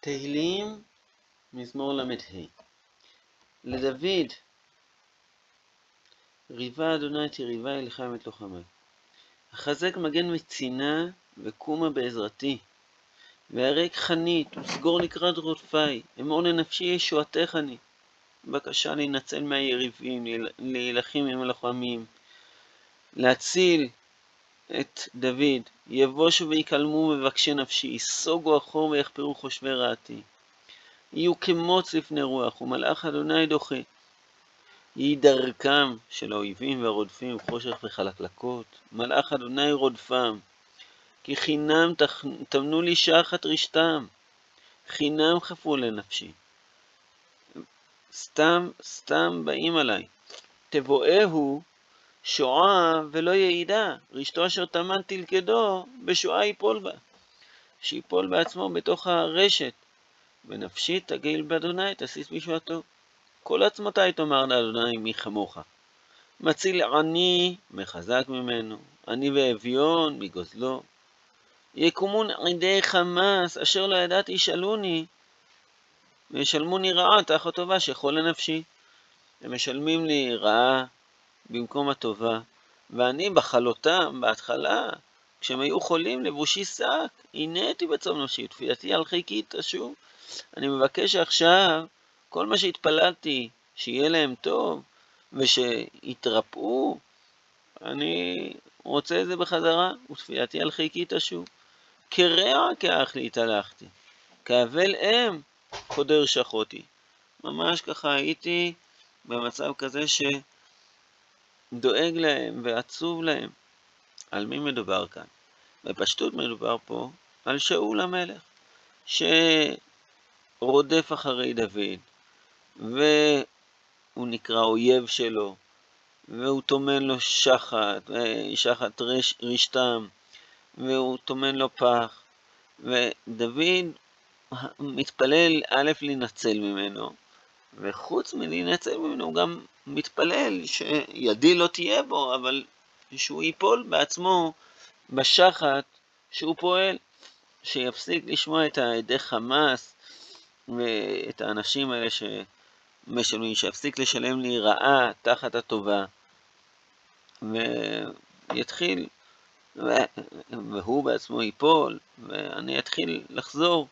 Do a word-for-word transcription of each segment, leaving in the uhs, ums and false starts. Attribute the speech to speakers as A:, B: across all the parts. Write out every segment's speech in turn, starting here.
A: תהילים, מזמור למ"ה. לדוד, ריבה אדוני את יריבי אלחם את לוחמי. החזק מגן מצינה וקומה בעזרתי. והרג חנית וסגור לקראת רודפי, אמור לנפשי ישועתך אני. בבקשה להינצל מהיריבים, להילחם עם הלוחמים, להציל את דוד. יבושו ויקלמו מבקשי נפשי, יסוגו אחור ויחפרו חושבי רעתי. יהיו כמוץ לפני רוח, ומלאך אדוני דוחה. יהי דרכם של האויבים והרודפים חושך וחלקלקות, מלאך אדוני רודפם. כי חינם תמנו לי שחת רשתם, חינם חפרו לנפשי. סתם, סתם באים עליי. תבואהו שועה ולא יעידה, רשתו אשר תמן תלכדו, בשועה יפול בה. שיפול בעצמו בתוך הרשת, ונפשי תגל באדוני, תסיס בישועתו. כל עצמותי תאמר לאדוני מי כמוך. מציל עני מחזק ממנו, עני ואביון מגוזלו. יקומון עדי חמאס אשר לא ידעתי ישאלוני, וישלמוני רעה תחת טובה שכל לנפשי. הם משלמים לי רעה במקום הטובה, ואני בחלותם בהתחלה, כשהם היו חולים לבושי שק, הנאתי בצום נפשי, תפילתי על חיקי תשוב. אני מבקש עכשיו, כל מה שהתפללתי, שיהיה להם טוב, ושיתרפאו, אני רוצה את זה בחזרה, ותפילתי על חיקי תשוב. כרע כאח לי התהלכתי, כאבל אם קודר שחותי. ממש ככה הייתי במצב כזה שדואג להם ועצוב להם. על מי מדובר כאן? בפשטות מדובר פה על שאול המלך, שרודף אחרי דוד, והוא נקרא אויב שלו, והוא תומן לו שחת, שחת רש, רשתם, והוא תומן לו פח, ודוד מתפלל א' להינצל ממנו, וחוץ מלהינצל ממנו הוא גם מתפלל שידי לא תהיה בו, אבל שהוא ייפול בעצמו בשחת שהוא פועל, שיפסיק לשמוע את העדי חמאס ואת האנשים האלה שמשלמים, שיפסיק לשלם לי רעה תחת הטובה, ויתחיל והוא בעצמו ייפול, ואני אתחיל לחזור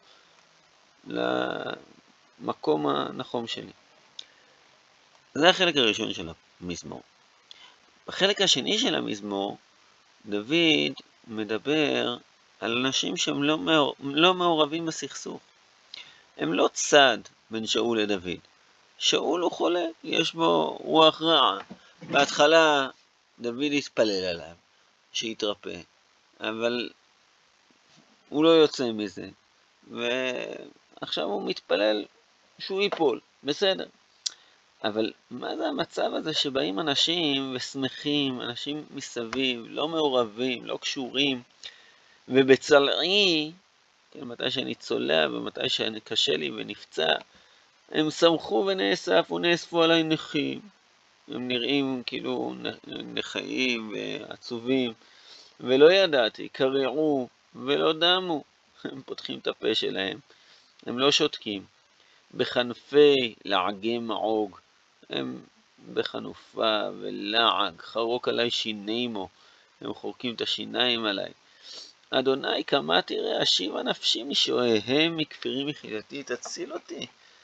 A: למקום הנחום שלי. זה החלק הראשון של המזמור. בחלק השני של המזמור, דוד מדבר על אנשים שהם לא, מעור... לא מעורבים בסכסוך. הם לא צד בין שאול לדוד. שאול הוא חולה, יש בו רוח רעה. בהתחלה דוד התפלל עליו שיתרפא, אבל הוא לא יוצא מזה, ועכשיו הוא מתפלל שהוא ייפול, בסדר. אבל מה זה המצב הזה שבאים אנשים ושמחים, אנשים מסביב, לא מעורבים, לא קשורים, ובצלעי, כן, מתי שאני צולע ומתי שאני קשה לי ונפצע, הם שמחו ונאספו, נאספו עליי נכים, הם נראים כאילו נחיים ועצובים, ולא ידעתי, קרעו ולא דמו. הם פותחים את הפה שלהם, הם לא שותקים. בחנפי לעגי מעוג, הם בחנופה ולעג, חרוק עליי שינימו, הם חורקים את השיניים עליי. אדוני כמה תראה, אשיבה נפשי משואיהם מכפירים יחידתי, תציל אותי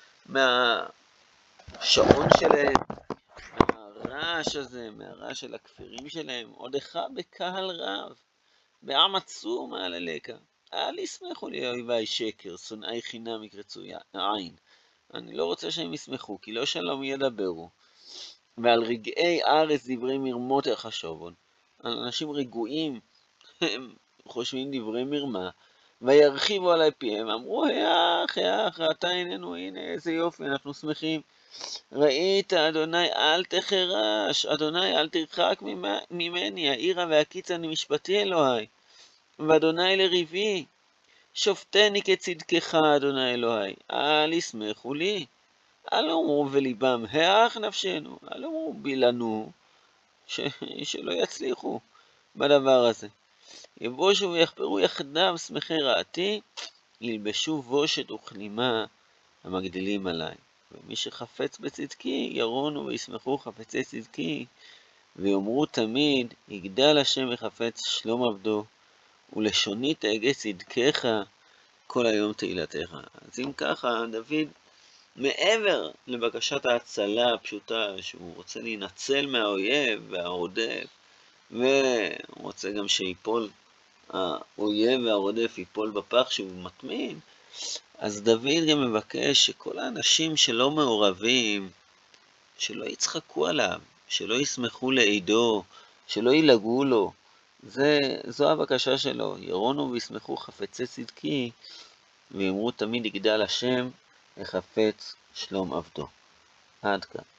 A: מהשעון שלהם, מהרעש הזה, מהרעש של הכפירים שלהם. עודך בקהל רב, בעם עצום מעל אליך. אל ישמחו לי אויבי שקר, שונאי חינם יקרצו עין. אני לא רוצה שהם ישמחו, כי לא שלום ידברו. ועל רגעי ארץ דברי מרמות יחשובון. על אנשים רגועים, הם חושבים דברי מרמה, וירחיבו עלי פיהם, אמרו, היאך, היאך, ראתה עינינו, הנה איזה יופי, אנחנו שמחים. ראית, אדוני, אל תחרש, אדוני, אל תרחק ממני, העירה והקיצה למשפטי אלוהי, ואדוני לריבי, שופטני כצדקך, אדוני אלוהי, אל ישמחו לי, אל אמרו וליבם, היאך נפשנו, אל אמרו בילנו, ש... שלא יצליחו בדבר הזה. יבושו ויחפרו יחדיו שמחי רעתי, ילבשו בושת וכלימה המגדילים עליי. ומי שחפץ בצדקי, ירונו וישמחו חפצי צדקי, ויאמרו תמיד, יגדל השם וחפץ שלום עבדו, ולשוני תהגה צדקך כל היום תהילתך. אז אם ככה, דוד, מעבר לבקשת ההצלה הפשוטה, שהוא רוצה להינצל מהאויב והרודף, והוא רוצה גם שיפול, האויב והרודף ייפול בפח שהוא מתמיד, אז דוד גם מבקש שכל האנשים שלא מעורבים, שלא יצחקו עליו, שלא ישמחו לעידו, שלא ילגעו לו. זה, זו הבקשה שלו, ירונו וישמחו חפצי צדקי, ויאמרו תמיד יגדל השם וחפץ שלום עבדו. עד כאן.